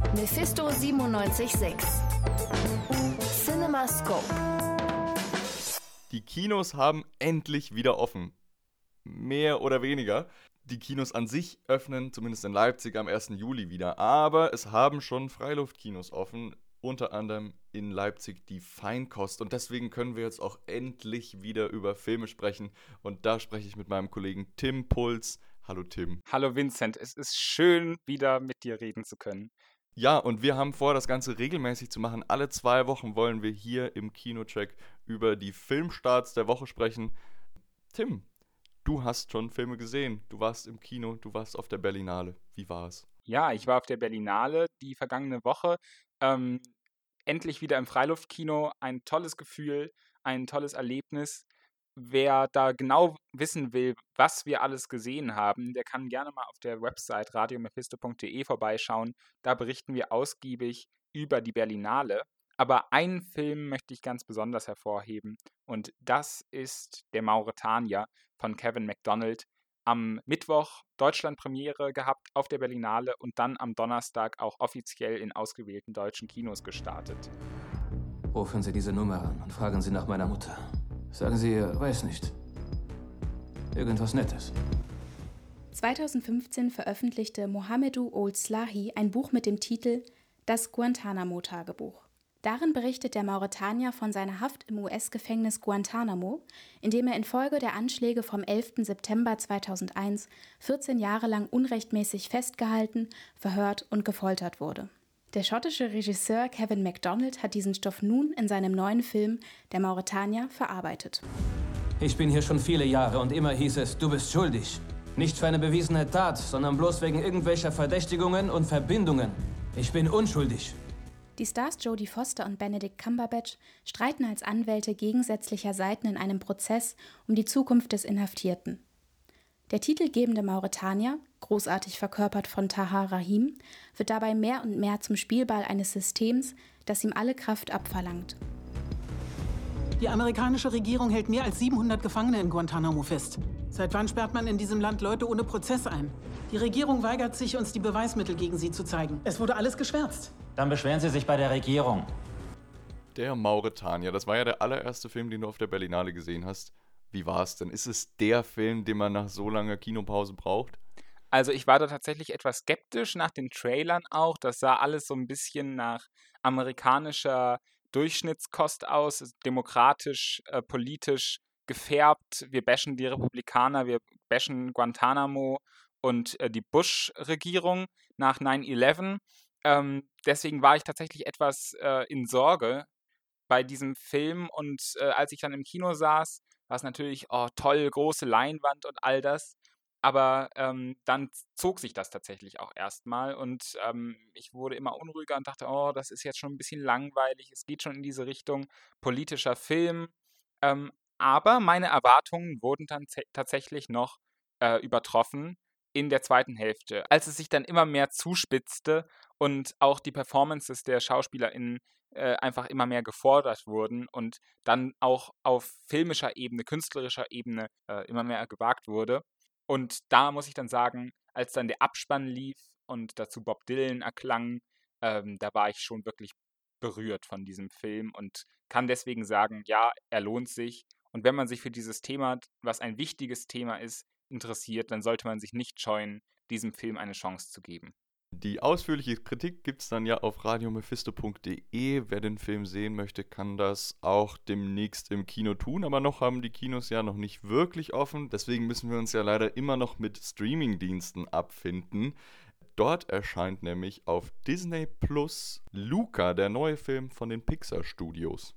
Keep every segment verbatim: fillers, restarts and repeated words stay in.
Mephisto siebenundneunzig Komma sechs CinemaScope. Die Kinos haben endlich wieder offen. Mehr oder weniger. Die Kinos an sich öffnen, zumindest in Leipzig, am ersten Juli wieder. Aber es haben schon Freiluftkinos offen, unter anderem in Leipzig die Feinkost. Und deswegen können wir jetzt auch endlich wieder über Filme sprechen. Und da spreche ich mit meinem Kollegen Tim Puls. Hallo Tim. Hallo Vincent, es ist schön, wieder mit dir reden zu können. Ja, und wir haben vor, das Ganze regelmäßig zu machen. Alle zwei Wochen wollen wir hier im Kinocheck über die Filmstarts der Woche sprechen. Tim, du hast schon Filme gesehen. Du warst im Kino, du warst auf der Berlinale. Wie war es? Ja, ich war auf der Berlinale die vergangene Woche. Ähm, endlich wieder im Freiluftkino. Ein tolles Gefühl, ein tolles Erlebnis. Wer da genau wissen will, was wir alles gesehen haben, der kann gerne mal auf der Website radio mephisto punkt de vorbeischauen. Da berichten wir ausgiebig über die Berlinale. Aber einen Film möchte ich ganz besonders hervorheben und das ist Der Mauretanier von Kevin Macdonald. Am Mittwoch Deutschlandpremiere gehabt auf der Berlinale und dann am Donnerstag auch offiziell in ausgewählten deutschen Kinos gestartet. Rufen Sie diese Nummer an und fragen Sie nach meiner Mutter. Sagen Sie ihr, weiß nicht. Irgendwas Nettes. zweitausendfünfzehn veröffentlichte Mohamedou Ould Slahi ein Buch mit dem Titel Das Guantanamo-Tagebuch. Darin berichtet der Mauretanier von seiner Haft im U S-Gefängnis Guantanamo, in dem er infolge der Anschläge vom elften September zweitausendeins vierzehn Jahre lang unrechtmäßig festgehalten, verhört und gefoltert wurde. Der schottische Regisseur Kevin Macdonald hat diesen Stoff nun in seinem neuen Film Der Mauretanier verarbeitet. Ich bin hier schon viele Jahre und immer hieß es, du bist schuldig. Nicht für eine bewiesene Tat, sondern bloß wegen irgendwelcher Verdächtigungen und Verbindungen. Ich bin unschuldig. Die Stars Jodie Foster und Benedict Cumberbatch streiten als Anwälte gegensätzlicher Seiten in einem Prozess um die Zukunft des Inhaftierten. Der titelgebende Mauretanier, großartig verkörpert von Tahar Rahim, wird dabei mehr und mehr zum Spielball eines Systems, das ihm alle Kraft abverlangt. Die amerikanische Regierung hält mehr als siebenhundert Gefangene in Guantanamo fest. Seit wann sperrt man in diesem Land Leute ohne Prozess ein? Die Regierung weigert sich, uns die Beweismittel gegen sie zu zeigen. Es wurde alles geschwärzt. Dann beschweren Sie sich bei der Regierung. Der Mauretanier, das war ja der allererste Film, den du auf der Berlinale gesehen hast. Wie war es denn? Ist es der Film, den man nach so langer Kinopause braucht? Also ich war da tatsächlich etwas skeptisch nach den Trailern auch. Das sah alles so ein bisschen nach amerikanischer Durchschnittskost aus, demokratisch, äh, politisch gefärbt. Wir bashen die Republikaner, wir bashen Guantanamo und äh, die Bush-Regierung nach nine eleven. Ähm, deswegen war ich tatsächlich etwas äh, in Sorge bei diesem Film und äh, als ich dann im Kino saß, war es natürlich, oh toll, große Leinwand und all das. Aber ähm, dann zog sich das tatsächlich auch erstmal und ähm, ich wurde immer unruhiger und dachte, oh, das ist jetzt schon ein bisschen langweilig, es geht schon in diese Richtung politischer Film. Ähm, aber meine Erwartungen wurden dann z- tatsächlich noch äh, übertroffen in der zweiten Hälfte, als es sich dann immer mehr zuspitzte und auch die Performances der SchauspielerInnen äh, einfach immer mehr gefordert wurden und dann auch auf filmischer Ebene, künstlerischer Ebene äh, immer mehr gewagt wurde. Und da muss ich dann sagen, als dann der Abspann lief und dazu Bob Dylan erklang, ähm, da war ich schon wirklich berührt von diesem Film und kann deswegen sagen, ja, er lohnt sich. Und wenn man sich für dieses Thema, was ein wichtiges Thema ist, interessiert, dann sollte man sich nicht scheuen, diesem Film eine Chance zu geben. Die ausführliche Kritik gibt es dann ja auf radio mephisto punkt de. Wer den Film sehen möchte, kann das auch demnächst im Kino tun. Aber noch haben die Kinos ja noch nicht wirklich offen. Deswegen müssen wir uns ja leider immer noch mit Streamingdiensten abfinden. Dort erscheint nämlich auf Disney Plus Luca, der neue Film von den Pixar Studios.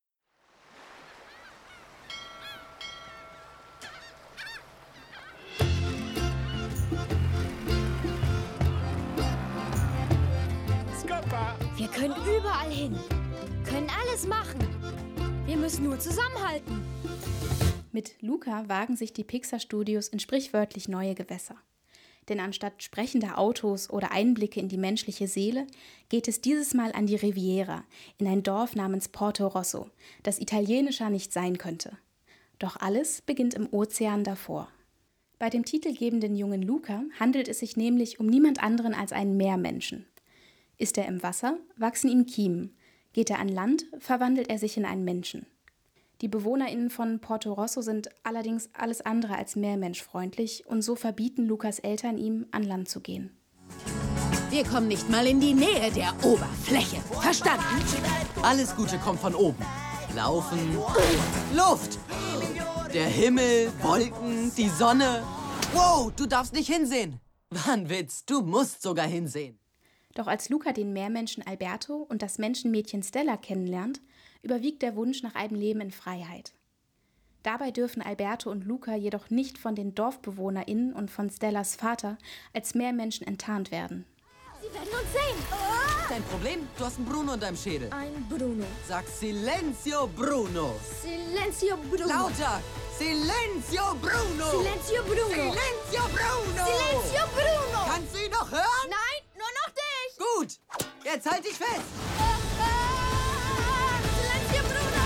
Wir können überall hin, können alles machen. Wir müssen nur zusammenhalten. Mit Luca wagen sich die Pixar-Studios in sprichwörtlich neue Gewässer. Denn anstatt sprechender Autos oder Einblicke in die menschliche Seele, geht es dieses Mal an die Riviera, in ein Dorf namens Porto Rosso, das italienischer nicht sein könnte. Doch alles beginnt im Ozean davor. Bei dem titelgebenden jungen Luca handelt es sich nämlich um niemand anderen als einen Meermenschen. Ist er im Wasser, wachsen ihm Kiemen. Geht er an Land, verwandelt er sich in einen Menschen. Die BewohnerInnen von Porto Rosso sind allerdings alles andere als meermenschfreundlich und so verbieten Lucas Eltern ihm, an Land zu gehen. Wir kommen nicht mal in die Nähe der Oberfläche. Verstanden? Alles Gute kommt von oben. Laufen, Luft, der Himmel, Wolken, die Sonne. Wow, du darfst nicht hinsehen. War ein Witz, du musst sogar hinsehen. Doch als Luca den Meermenschen Alberto und das Menschenmädchen Stella kennenlernt, überwiegt der Wunsch nach einem Leben in Freiheit. Dabei dürfen Alberto und Luca jedoch nicht von den DorfbewohnerInnen und von Stellas Vater als Meermenschen enttarnt werden. Sie werden uns sehen. Dein Problem? Du hast einen Bruno in deinem Schädel. Ein Bruno. Sag Silenzio Bruno. Silenzio Bruno. Lauter! Silenzio Bruno! Silenzio Bruno. Silenzio Bruno! Silenzio Bruno. Kannst du ihn noch hören? Nein, nur noch dich. Gut, jetzt halt dich fest. Silenzio Bruno.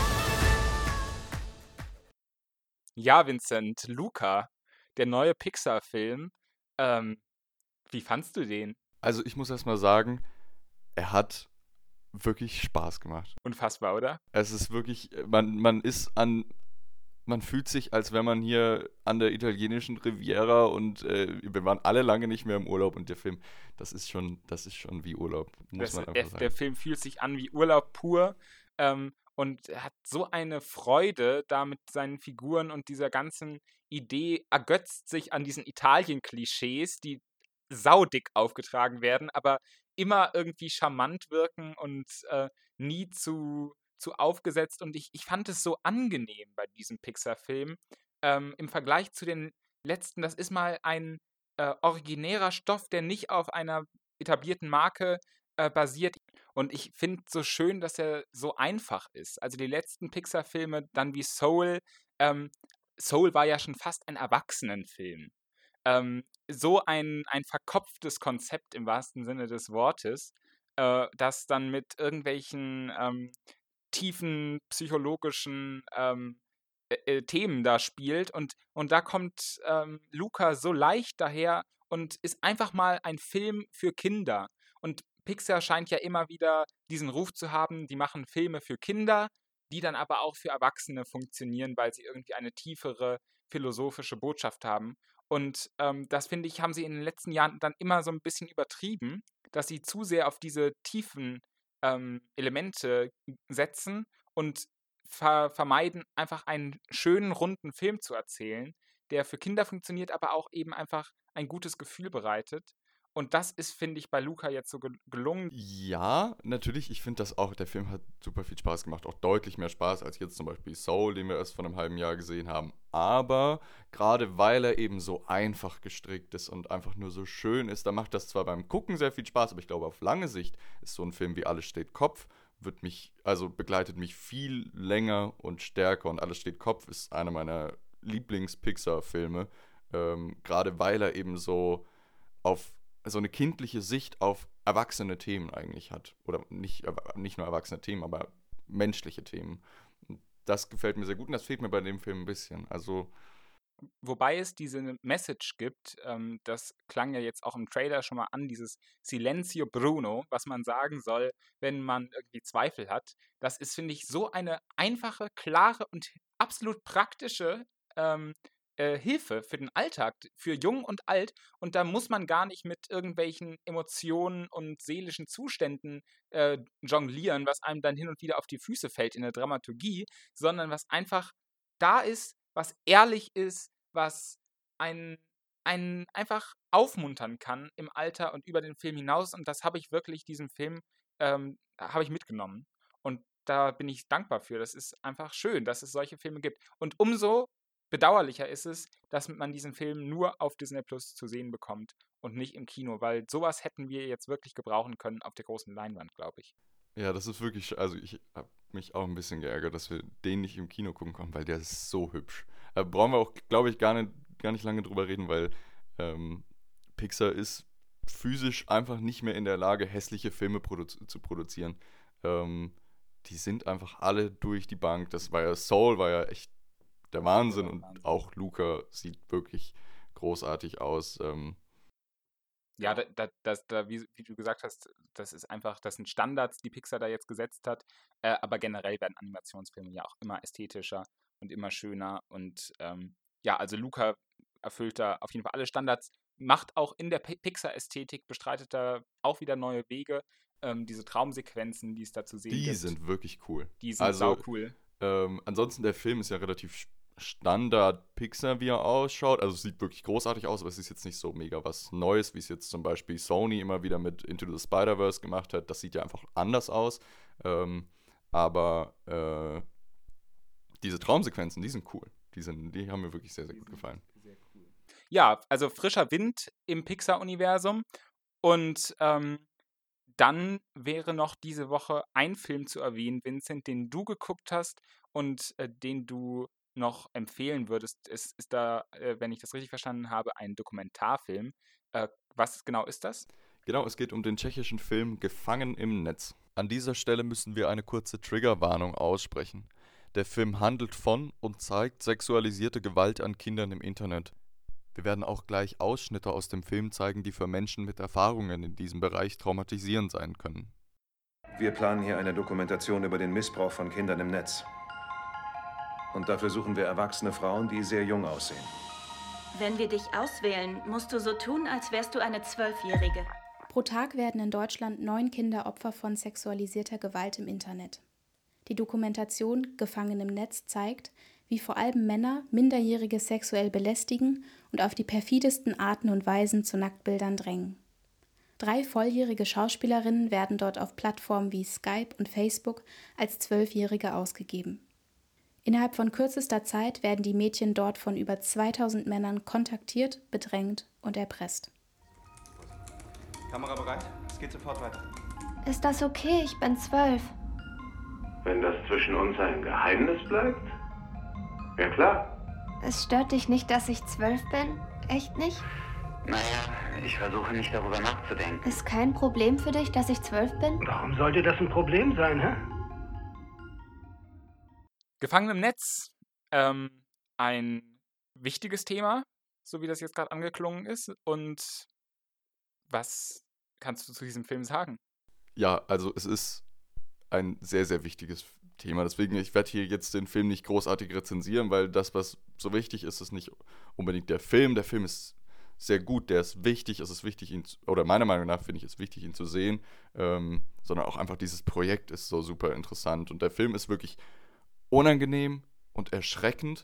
Ja, Vincent, Luca, der neue Pixar-Film. Ähm, wie fandst du den? Also ich muss erst mal sagen, er hat wirklich Spaß gemacht. Unfassbar, oder? Es ist wirklich, man, man ist an, man fühlt sich, als wäre man hier an der italienischen Riviera und äh, wir waren alle lange nicht mehr im Urlaub und der Film, das ist schon, das ist schon wie Urlaub, muss Das, man einfach der, sagen. der Film fühlt sich an wie Urlaub pur ähm, und er hat so eine Freude da mit seinen Figuren und dieser ganzen Idee, ergötzt sich an diesen Italien-Klischees, die saudick aufgetragen werden, aber immer irgendwie charmant wirken und äh, nie zu, zu aufgesetzt. Und ich, ich fand es so angenehm bei diesem Pixar-Film. Ähm, im Vergleich zu den letzten, das ist mal ein äh, originärer Stoff, der nicht auf einer etablierten Marke äh, basiert. Und ich finde so schön, dass er so einfach ist. Also die letzten Pixar-Filme, dann wie Soul, ähm, Soul war ja schon fast ein Erwachsenenfilm. Ähm, so ein, ein verkopftes Konzept im wahrsten Sinne des Wortes, äh, das dann mit irgendwelchen ähm, tiefen psychologischen ähm, äh, Themen da spielt. Und, und da kommt ähm, Luca so leicht daher und ist einfach mal ein Film für Kinder. Und Pixar scheint ja immer wieder diesen Ruf zu haben, die machen Filme für Kinder, die dann aber auch für Erwachsene funktionieren, weil sie irgendwie eine tiefere philosophische Botschaft haben. Und ähm, das, finde ich, haben sie in den letzten Jahren dann immer so ein bisschen übertrieben, dass sie zu sehr auf diese tiefen ähm, Elemente setzen und ver- vermeiden, einfach einen schönen, runden Film zu erzählen, der für Kinder funktioniert, aber auch eben einfach ein gutes Gefühl bereitet. Und das ist, finde ich, bei Luca jetzt so gel- gelungen. Ja, natürlich, ich finde das auch, der Film hat super viel Spaß gemacht, auch deutlich mehr Spaß als jetzt zum Beispiel Soul, den wir erst vor einem halben Jahr gesehen haben. Aber gerade weil er eben so einfach gestrickt ist und einfach nur so schön ist, da macht das zwar beim Gucken sehr viel Spaß, aber ich glaube, auf lange Sicht ist so ein Film wie Alles steht Kopf, wird mich, also begleitet mich viel länger und stärker und Alles steht Kopf ist einer meiner Lieblings-Pixar-Filme, ähm, gerade weil er eben so auf so eine kindliche Sicht auf erwachsene Themen eigentlich hat. Oder nicht, nicht nur erwachsene Themen, aber menschliche Themen. Das gefällt mir sehr gut und das fehlt mir bei dem Film ein bisschen. Also Wobei es diese Message gibt, ähm, das klang ja jetzt auch im Trailer schon mal an, dieses Silenzio Bruno, was man sagen soll, wenn man irgendwie Zweifel hat. Das ist, finde ich, so eine einfache, klare und absolut praktische ähm, äh, Hilfe für den Alltag, für Jung und Alt. Und da muss man gar nicht mit irgendwelchen Emotionen und seelischen Zuständen äh, jonglieren, was einem dann hin und wieder auf die Füße fällt in der Dramaturgie, sondern was einfach da ist, was ehrlich ist, was einen, einen einfach aufmuntern kann im Alter und über den Film hinaus. Und das habe ich wirklich, diesen Film, ähm, habe ich mitgenommen. Und da bin ich dankbar für. Das ist einfach schön, dass es solche Filme gibt. Und umso bedauerlicher ist es, dass man diesen Film nur auf Disney Plus zu sehen bekommt und nicht im Kino, weil sowas hätten wir jetzt wirklich gebrauchen können auf der großen Leinwand, glaube ich. ja, das ist wirklich, also ich habe mich auch ein bisschen geärgert, dass wir den nicht im Kino gucken konnten, weil der ist so hübsch. Da brauchen wir auch, glaube ich, gar nicht, gar nicht lange drüber reden, weil ähm, Pixar ist physisch einfach nicht mehr in der Lage, hässliche Filme produ- zu produzieren. Ähm, die sind einfach alle durch die Bank. Das war ja, Soul war ja echt der Wahnsinn und auch Luca sieht wirklich großartig aus. Ähm, Ja, da, da, das, da wie, wie du gesagt hast, das ist einfach, das sind Standards, die Pixar da jetzt gesetzt hat. Äh, aber generell werden Animationsfilme ja auch immer ästhetischer und immer schöner. Und ähm, ja, also Luca erfüllt da auf jeden Fall alle Standards, macht auch in der P- Pixar-Ästhetik, bestreitet da auch wieder neue Wege. Ähm, diese Traumsequenzen, die es da zu sehen Die gibt. sind wirklich cool. Die sind also, saucool. Ähm, ansonsten, der Film ist ja relativ Standard Pixar, wie er ausschaut. Also es sieht wirklich großartig aus, aber es ist jetzt nicht so mega was Neues, wie es jetzt zum Beispiel Sony immer wieder mit Into the Spider-Verse gemacht hat. Das sieht ja einfach anders aus. Ähm, aber äh, diese Traumsequenzen, die sind cool. Die, sind, die haben mir wirklich sehr, sehr gut gefallen. Sehr cool. Ja, also frischer Wind im Pixar-Universum. Und ähm, dann wäre noch diese Woche ein Film zu erwähnen, Vincent, den du geguckt hast und äh, den du noch empfehlen würdest. Es ist da, äh, wenn ich das richtig verstanden habe, ein Dokumentarfilm. Äh, was genau ist das? Genau, es geht um den tschechischen Film Gefangen im Netz. An dieser Stelle müssen wir eine kurze Triggerwarnung aussprechen. Der Film handelt von und zeigt sexualisierte Gewalt an Kindern im Internet. Wir werden auch gleich Ausschnitte aus dem Film zeigen, die für Menschen mit Erfahrungen in diesem Bereich traumatisierend sein können. Wir planen hier eine Dokumentation über den Missbrauch von Kindern im Netz. Und dafür suchen wir erwachsene Frauen, die sehr jung aussehen. Wenn wir dich auswählen, musst du so tun, als wärst du eine Zwölfjährige. Pro Tag werden in Deutschland neun Kinder Opfer von sexualisierter Gewalt im Internet. Die Dokumentation Gefangen im Netz zeigt, wie vor allem Männer Minderjährige sexuell belästigen und auf die perfidesten Arten und Weisen zu Nacktbildern drängen. Drei volljährige Schauspielerinnen werden dort auf Plattformen wie Skype und Facebook als Zwölfjährige ausgegeben. Innerhalb von kürzester Zeit werden die Mädchen dort von über zweitausend Männern kontaktiert, bedrängt und erpresst. Kamera bereit? Es geht sofort weiter. Ist das okay? Ich bin zwölf. Wenn das zwischen uns ein Geheimnis bleibt? Ja, klar. Es stört dich nicht, dass ich zwölf bin? Echt nicht? Naja, ich versuche nicht darüber nachzudenken. Ist kein Problem für dich, dass ich zwölf bin? Warum sollte das ein Problem sein, hä? Gefangen im Netz. Ähm, ein wichtiges Thema, so wie das jetzt gerade angeklungen ist. Und was kannst du zu diesem Film sagen? Ja, also es ist ein sehr, sehr wichtiges Thema. Deswegen, ich werde hier jetzt den Film nicht großartig rezensieren, weil das, was so wichtig ist, ist nicht unbedingt der Film. Der Film ist sehr gut, der ist wichtig, es ist wichtig, ihn, zu, oder meiner Meinung nach finde ich es wichtig, ihn zu sehen, ähm, sondern auch einfach dieses Projekt ist so super interessant. Und der Film ist wirklich unangenehm und erschreckend,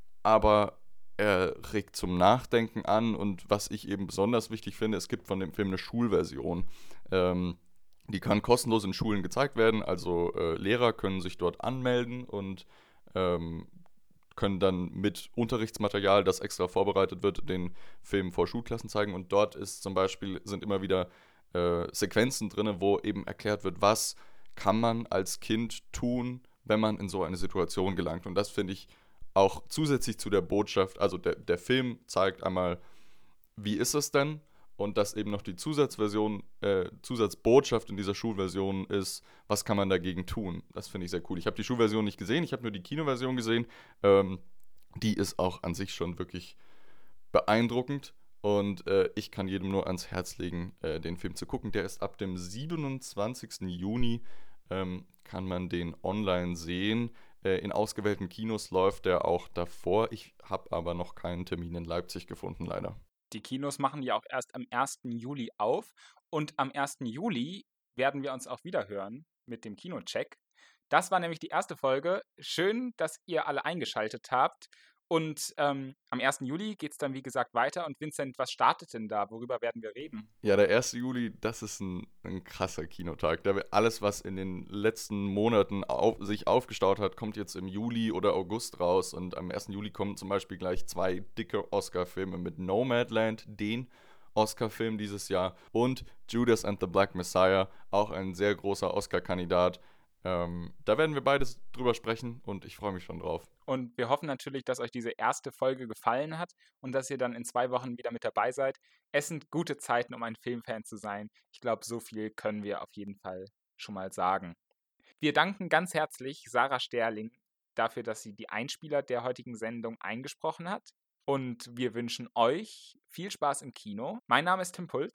aber er regt zum Nachdenken an. Und was ich eben besonders wichtig finde, es gibt von dem Film eine Schulversion. Ähm, die kann kostenlos in Schulen gezeigt werden, also äh, Lehrer können sich dort anmelden und ähm, können dann mit Unterrichtsmaterial, das extra vorbereitet wird, den Film vor Schulklassen zeigen. Und dort ist zum Beispiel, sind immer wieder äh, Sequenzen drin, wo eben erklärt wird, was kann man als Kind tun, wenn man in so eine Situation gelangt. Und das finde ich auch zusätzlich zu der Botschaft, also der, der Film zeigt einmal, wie ist es denn? Und dass eben noch die Zusatzversion, äh, Zusatzbotschaft in dieser Schulversion ist, was kann man dagegen tun? Das finde ich sehr cool. Ich habe die Schulversion nicht gesehen, ich habe nur die Kinoversion gesehen. Ähm, die ist auch an sich schon wirklich beeindruckend. Und äh, ich kann jedem nur ans Herz legen, äh, den Film zu gucken. Der ist ab dem siebenundzwanzigsten Juni, ähm, kann man den online sehen. Äh, in ausgewählten Kinos läuft der auch davor. Ich habe aber noch keinen Termin in Leipzig gefunden, leider. Die Kinos machen ja auch erst am ersten Juli auf. Und am ersten Juli werden wir uns auch wieder hören mit dem Kinocheck. Das war nämlich die erste Folge. Schön, dass ihr alle eingeschaltet habt. Und ähm, am ersten Juli geht es dann, wie gesagt, weiter. Und Vincent, was startet denn da? Worüber werden wir reden? Ja, der erste Juli, das ist ein, ein krasser Kinotag. Da alles, was in den letzten Monaten auf, sich aufgestaut hat, kommt jetzt im Juli oder August raus. Und am ersten Juli kommen zum Beispiel gleich zwei dicke Oscar-Filme mit Nomadland, den Oscar-Film dieses Jahr, und Judas and the Black Messiah, auch ein sehr großer Oscar-Kandidat. Ähm, da werden wir beides drüber sprechen und ich freue mich schon drauf. Und wir hoffen natürlich, dass euch diese erste Folge gefallen hat und dass ihr dann in zwei Wochen wieder mit dabei seid. Es sind gute Zeiten, um ein Filmfan zu sein. Ich glaube, so viel können wir auf jeden Fall schon mal sagen. Wir danken ganz herzlich Sarah Sterling dafür, dass sie die Einspieler der heutigen Sendung eingesprochen hat. Und wir wünschen euch viel Spaß im Kino. Mein Name ist Tim Puls.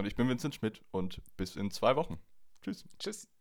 Und ich bin Vincent Schmidt und bis in zwei Wochen. Tschüss. Tschüss.